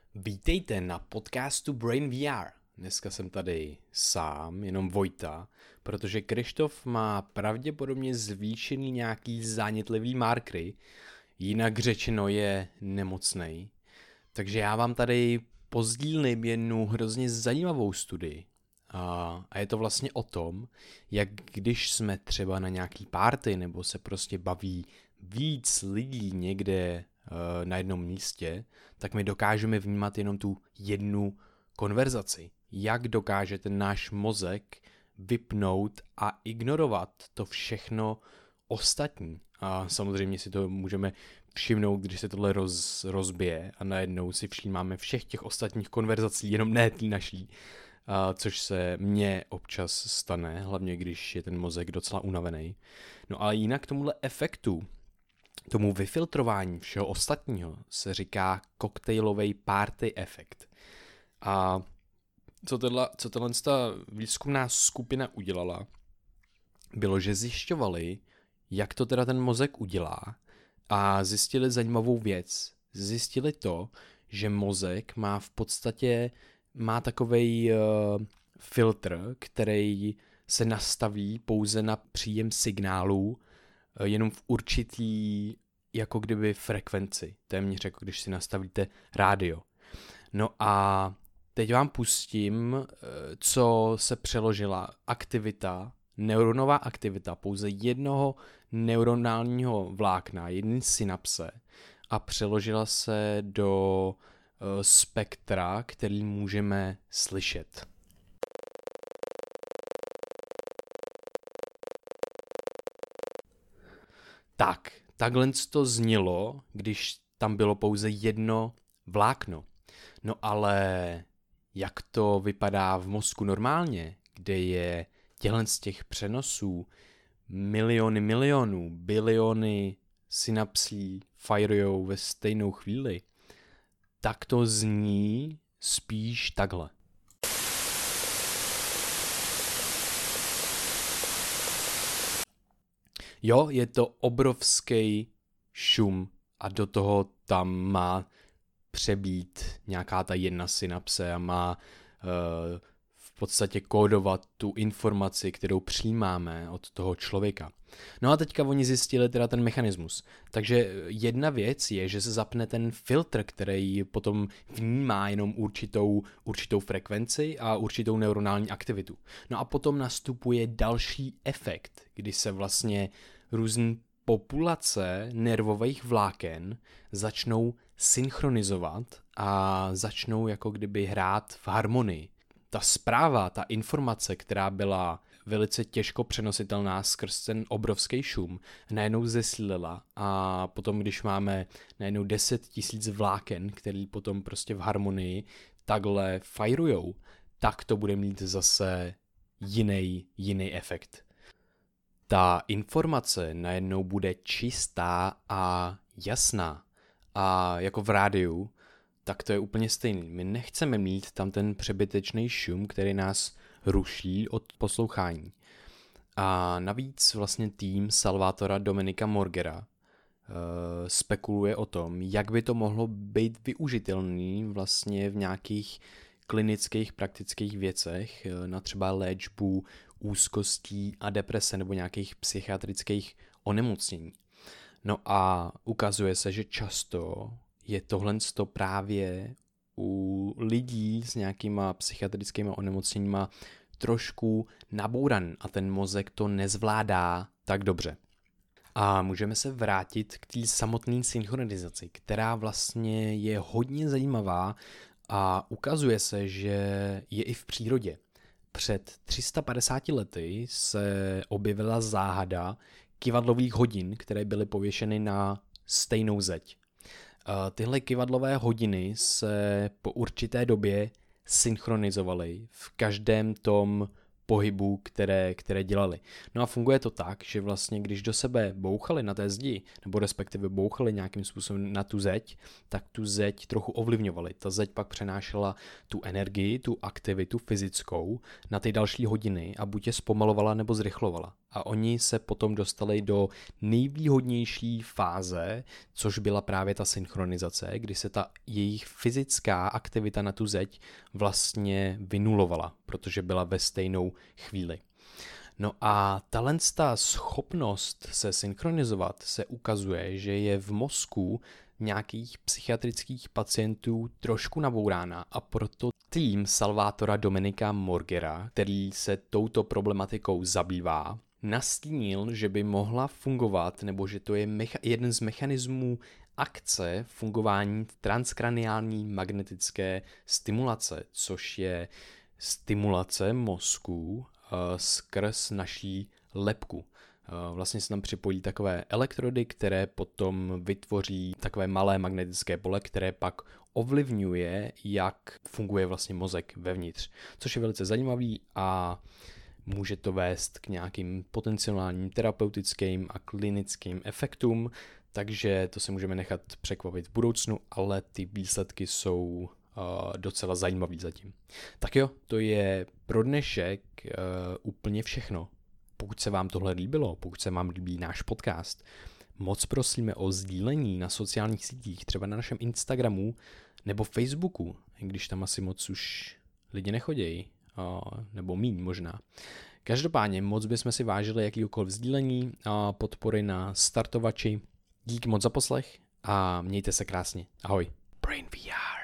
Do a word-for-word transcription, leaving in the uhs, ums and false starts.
Vítejte na podcastu Brain V R. Dneska jsem tady sám, jenom Vojta, protože Krištof má pravděpodobně zvýšený nějaký zánětlivý markery, jinak řečeno je nemocnej. Takže já vám tady pozdílím jednu hrozně zajímavou studii. A, a je to vlastně o tom, jak když jsme třeba na nějaký party nebo se prostě baví víc lidí někde na jednom místě, tak my dokážeme vnímat jenom tu jednu konverzaci. Jak dokáže ten náš mozek vypnout a ignorovat to všechno ostatní. A samozřejmě si to můžeme všimnout, když se tohle roz, rozbije a najednou si všímáme všech těch ostatních konverzací, jenom ne tý naší, a což se mně občas stane, hlavně když je ten mozek docela unavený. No ale jinak tomuhle efektu, tomu vyfiltrování všeho ostatního se říká koktejlový party efekt. A co tato, co tato výzkumná skupina udělala, bylo, že zjišťovali, jak to teda ten mozek udělá a zjistili zajímavou věc. Zjistili to, že mozek má v podstatě má takovej uh, filtr, který se nastaví pouze na příjem signálů jenom v určitý, jako kdyby frekvenci, téměř jako když si nastavíte rádio. No a teď vám pustím, co se přeložila aktivita, neuronová aktivita pouze jednoho neuronálního vlákna, jedné synapse a přeložila se do spektra, který můžeme slyšet. Tak, takhle to znělo, když tam bylo pouze jedno vlákno. No ale jak to vypadá v mozku normálně, kde je těchto z těch přenosů miliony milionů, biliony synapsí firujou ve stejnou chvíli, tak to zní spíš takhle. Jo, je to obrovský šum a do toho tam má přebít nějaká ta jedna synapse a má uh, v podstatě kódovat tu informaci, kterou přijímáme od toho člověka. No a teďka oni zjistili teda ten mechanismus. Takže jedna věc je, že se zapne ten filtr, který potom vnímá jenom určitou, určitou frekvenci a určitou neuronální aktivitu. No a potom nastupuje další efekt, kdy se vlastně různé populace nervových vláken začnou synchronizovat a začnou jako kdyby hrát v harmonii. Ta zpráva, ta informace, která byla velice těžko přenositelná skrz ten obrovský šum, najednou zesílila a potom, když máme najednou deset tisíc vláken, který potom prostě v harmonii takhle fajrujou, tak to bude mít zase jiný, jiný efekt. Ta informace najednou bude čistá a jasná. A jako v rádiu, tak to je úplně stejný. My nechceme mít tam ten přebytečný šum, který nás ruší od poslouchání. A navíc vlastně tým Salvatora Dominika Morgera uh, spekuluje o tom, jak by to mohlo být využitelný vlastně v nějakých klinických praktických věcech na třeba léčbu úzkostí a deprese nebo nějakých psychiatrických onemocnění. No a ukazuje se, že často je tohle právě u lidí s nějakýma psychiatrickými onemocněníma trošku nabouran a ten mozek to nezvládá tak dobře. A můžeme se vrátit k té samotné synchronizaci, která vlastně je hodně zajímavá a ukazuje se, že je i v přírodě. Před tři sta padesáti lety se objevila záhada kyvadlových hodin, které byly pověšeny na stejnou zeď. Tyhle kyvadlové hodiny se po určité době synchronizovaly v každém tom pohybu, které, které dělali. No a funguje to tak, že vlastně když do sebe bouchali na té zdi, nebo respektive bouchali nějakým způsobem na tu zeď, tak tu zeď trochu ovlivňovali. Ta zeď pak přenášela tu energii, tu aktivitu fyzickou na ty další hodiny a buď je zpomalovala nebo zrychlovala. A oni se potom dostali do nejvýhodnější fáze, což byla právě ta synchronizace, kdy se ta jejich fyzická aktivita na tu zeď vlastně vynulovala, protože byla ve stejnou chvíli. No a ta schopnost se synchronizovat se ukazuje, že je v mozku nějakých psychiatrických pacientů trošku nabourána a proto tým Salvatora Dominika Morgera, který se touto problematikou zabývá, nastínil, že by mohla fungovat, nebo že to je mecha- jeden z mechanismů akce fungování transkraniální magnetické stimulace, což je stimulace mozku uh, skrz naší lebku. Uh, vlastně se tam připojí takové elektrody, které potom vytvoří takové malé magnetické pole, které pak ovlivňuje, jak funguje vlastně mozek vevnitř, což je velice zajímavý a může to vést k nějakým potenciálním terapeutickým a klinickým efektům, takže to se můžeme nechat překvapit v budoucnu, ale ty výsledky jsou uh, docela zajímavý zatím. Tak jo, to je pro dnešek uh, úplně všechno. Pokud se vám tohle líbilo, pokud se vám líbí náš podcast, moc prosíme o sdílení na sociálních sítích, třeba na našem Instagramu nebo Facebooku, když tam asi moc už lidi nechodějí, nebo míň možná. Každopádně moc bychom si vážili jakýkoliv sdílení a podpory na startovači. Díky moc za poslech a mějte se krásně. Ahoj. Brain V R.